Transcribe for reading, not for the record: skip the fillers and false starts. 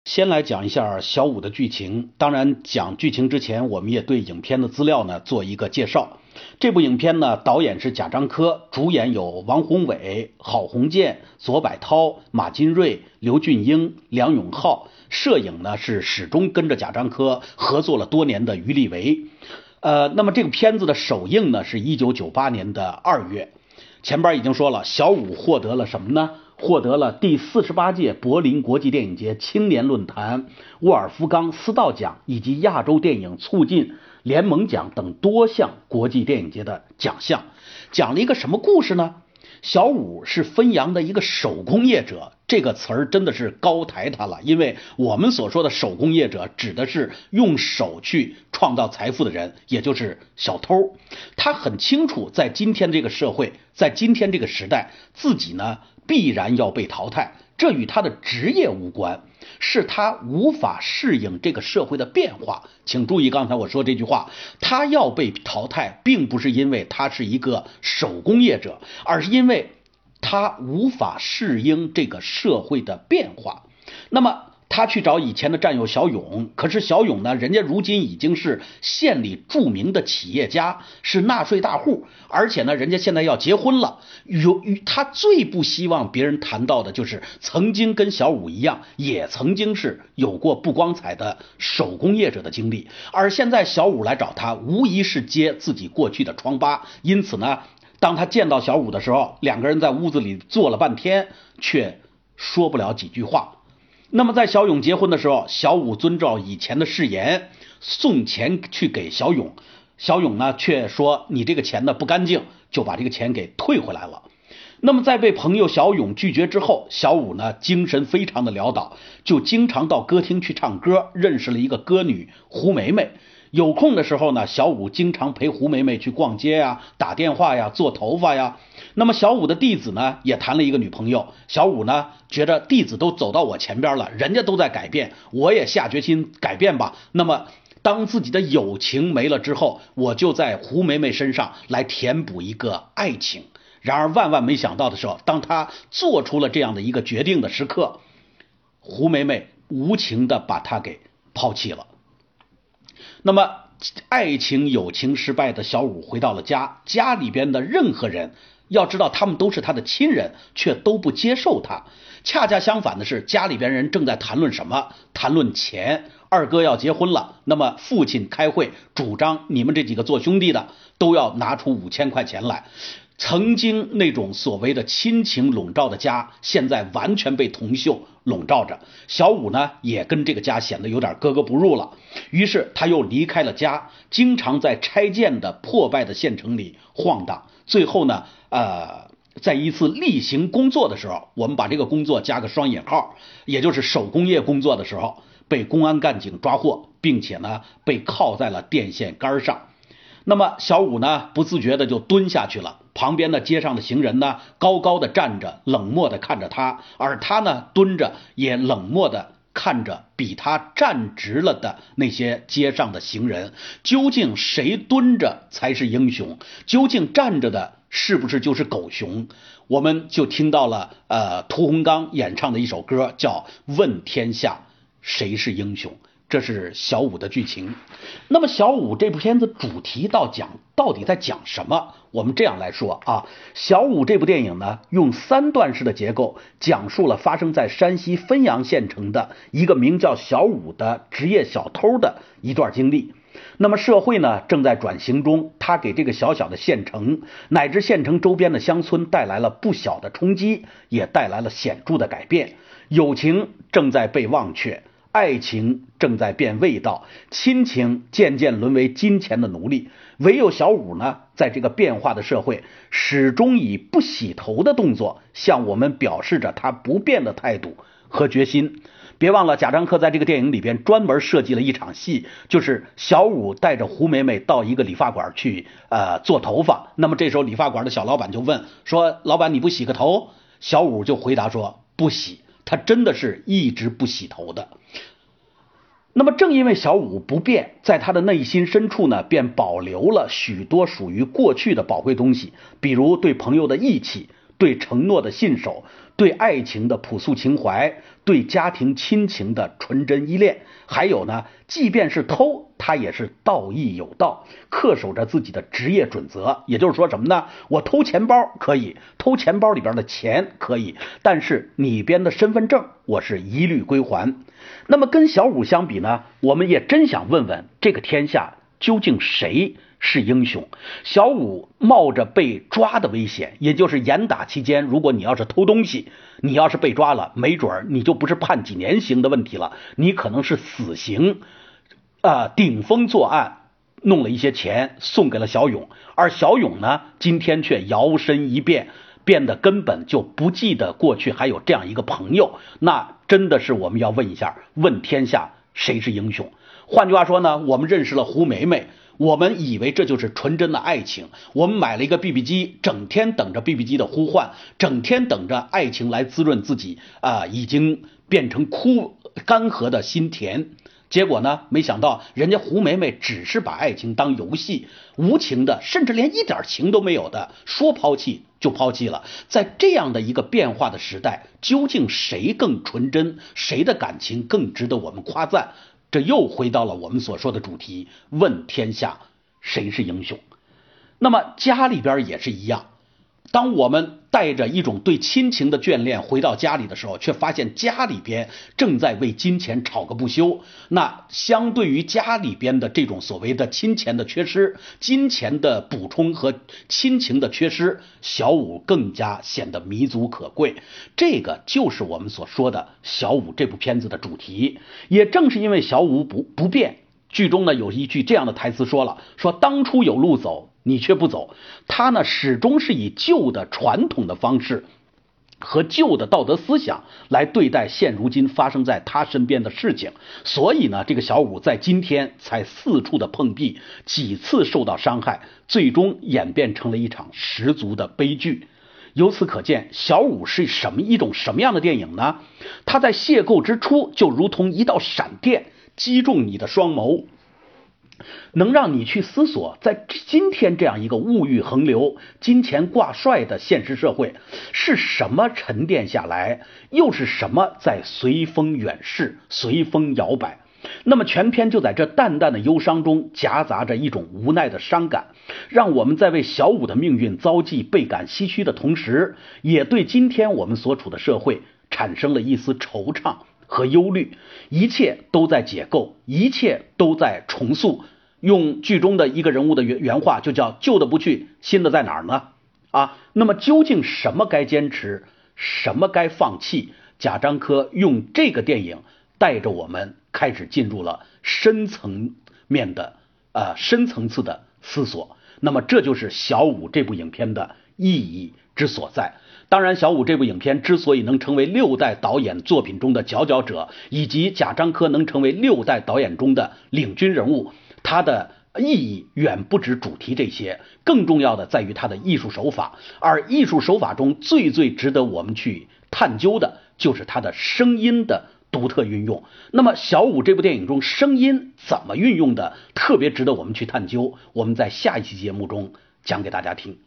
先来讲一下小五的剧情，当然讲剧情之前，我们也对影片的资料呢做一个介绍。这部影片呢，导演是贾樟柯，主演有王宏伟、郝鸿渐、左柏涛、马金瑞、刘俊英、梁永浩，摄影呢是始终跟着贾樟柯合作了多年的于立维。那么这个片子的首映呢是1998年的2月。前边已经说了，小五获得了什么呢？获得了第48届柏林国际电影节青年论坛、沃尔夫冈斯道奖以及亚洲电影促进联盟奖等多项国际电影节的奖项。讲了一个什么故事呢？小五是汾阳的一个手工业者，这个词儿真的是高抬他了，因为我们所说的手工业者指的是用手去创造财富的人，也就是小偷。他很清楚在今天这个社会，在今天这个时代，自己呢必然要被淘汰，这与他的职业无关，是他无法适应这个社会的变化。请注意刚才我说这句话，他要被淘汰并不是因为他是一个手工业者，而是因为他无法适应这个社会的变化。那么他去找以前的战友小勇，可是小勇呢，人家如今已经是县里著名的企业家，是纳税大户，而且呢，人家现在要结婚了。他最不希望别人谈到的就是曾经跟小五一样，也曾经是有过不光彩的手工业者的经历，而现在小五来找他，无疑是揭自己过去的疮疤。因此呢，当他见到小五的时候，两个人在屋子里坐了半天，却说不了几句话。那么在小勇结婚的时候，小五遵照以前的誓言送钱去给小勇，小勇呢却说你这个钱呢不干净，就把这个钱给退回来了。那么在被朋友小勇拒绝之后，小五呢精神非常的潦倒，就经常到歌厅去唱歌，认识了一个歌女胡梅梅。有空的时候呢，小五经常陪胡梅梅去逛街呀、打电话呀、做头发呀。那么小五的弟子呢也谈了一个女朋友，小五呢觉得弟子都走到我前边了，人家都在改变，我也下决心改变吧。那么当自己的友情没了之后，我就在胡梅梅身上来填补一个爱情。然而万万没想到的时候，当他做出了这样的一个决定的时刻，胡梅梅无情的把他给抛弃了。那么爱情友情失败的小五回到了家，家里边的任何人，要知道他们都是他的亲人，却都不接受他。恰恰相反的是，家里边人正在谈论什么？谈论钱。二哥要结婚了，那么父亲开会主张你们这几个做兄弟的都要拿出5000块钱来。曾经那种所谓的亲情笼罩的家，现在完全被铜锈笼罩着。小五呢也跟这个家显得有点格格不入了，于是他又离开了家，经常在拆建的破败的县城里晃荡。最后呢在一次例行工作的时候，我们把这个工作加个双引号，也就是手工业工作的时候，被公安干警抓获，并且呢被铐在了电线杆上。那么小五呢不自觉的就蹲下去了，旁边的街上的行人呢高高的站着，冷漠的看着他，而他呢蹲着也冷漠的看着比他站直了的那些街上的行人。究竟谁蹲着才是英雄？究竟站着的是不是就是狗熊？我们就听到了屠洪刚演唱的一首歌，叫《问天下谁是英雄》。这是小五的剧情。那么小五这部片子主题到底在讲什么？我们这样来说啊，小五这部电影呢，用3段式的结构讲述了发生在山西汾阳县城的一个名叫小五的职业小偷的一段经历。那么社会呢正在转型中，他给这个小小的县城乃至县城周边的乡村带来了不小的冲击，也带来了显著的改变。友情正在被忘却，爱情正在变味道，亲情渐渐沦为金钱的奴隶。唯有小五呢，在这个变化的社会，始终以不洗头的动作向我们表示着他不变的态度和决心。别忘了，贾樟柯在这个电影里边专门设计了一场戏，就是小五带着胡梅梅到一个理发馆去做头发。那么这时候理发馆的小老板就问说：“老板，你不洗个头？”小五就回答说：“不洗。”他真的是一直不洗头的。那么正因为小五不变，在他的内心深处呢，便保留了许多属于过去的宝贵东西，比如对朋友的义气， 对承诺的信守，对爱情的朴素情怀，对家庭亲情的纯真依恋。还有呢，即便是偷，他也是道义有道，恪守着自己的职业准则。也就是说什么呢？我偷钱包可以，偷钱包里边的钱可以，但是你编的身份证我是一律归还。那么跟小五相比呢，我们也真想问问，这个天下究竟谁是英雄？小五冒着被抓的危险，也就是严打期间，如果你要是偷东西，你要是被抓了，没准你就不是判几年刑的问题了，你可能是死刑。顶风作案，弄了一些钱送给了小勇，而小勇呢，今天却摇身一变，变得根本就不记得过去还有这样一个朋友。那真的是我们要问一下，问天下谁是英雄？换句话说呢，我们认识了胡梅梅，我们以为这就是纯真的爱情，我们买了一个 BB 机，整天等着 BB 机的呼唤，整天等着爱情来滋润自己已经变成干涸的心田。结果呢，没想到人家胡梅梅只是把爱情当游戏，无情的，甚至连一点情都没有的，说抛弃就抛弃了。在这样的一个变化的时代，究竟谁更纯真，谁的感情更值得我们夸赞？这又回到了我们所说的主题，问天下谁是英雄？那么家里边也是一样，当我们带着一种对亲情的眷恋回到家里的时候，却发现家里边正在为金钱吵个不休。那相对于家里边的这种所谓的金钱的缺失，金钱的补充和亲情的缺失，小五更加显得弥足可贵。这个就是我们所说的小五这部片子的主题。也正是因为小五不变，剧中呢有一句这样的台词说当初有路走，你却不走。他呢始终是以旧的传统的方式和旧的道德思想来对待现如今发生在他身边的事情，所以呢，这个小五在今天才四处的碰壁，几次受到伤害，最终演变成了一场十足的悲剧。由此可见，小五是一种什么样的电影呢？它在邂逅之初就如同一道闪电，击中你的双眸，能让你去思索，在今天这样一个物欲横流、金钱挂帅的现实社会，是什么沉淀下来，又是什么在随风远逝、随风摇摆？那么全篇就在这淡淡的忧伤中夹杂着一种无奈的伤感，让我们在为小五的命运遭际倍感唏嘘的同时，也对今天我们所处的社会产生了一丝惆怅和忧虑。一切都在解构，一切都在重塑。用剧中的一个人物的原话，就叫旧的不去，新的在哪儿呢？那么究竟什么该坚持，什么该放弃？贾樟柯用这个电影带着我们开始进入了深层次的思索。那么这就是小五这部影片的意义之所在。当然，小五这部影片之所以能成为6代导演作品中的佼佼者，以及贾樟柯能成为6代导演中的领军人物，它的意义远不止主题这些，更重要的在于它的艺术手法。而艺术手法中最值得我们去探究的就是它的声音的独特运用。那么小五这部电影中声音怎么运用的，特别值得我们去探究。我们在下一期节目中讲给大家听。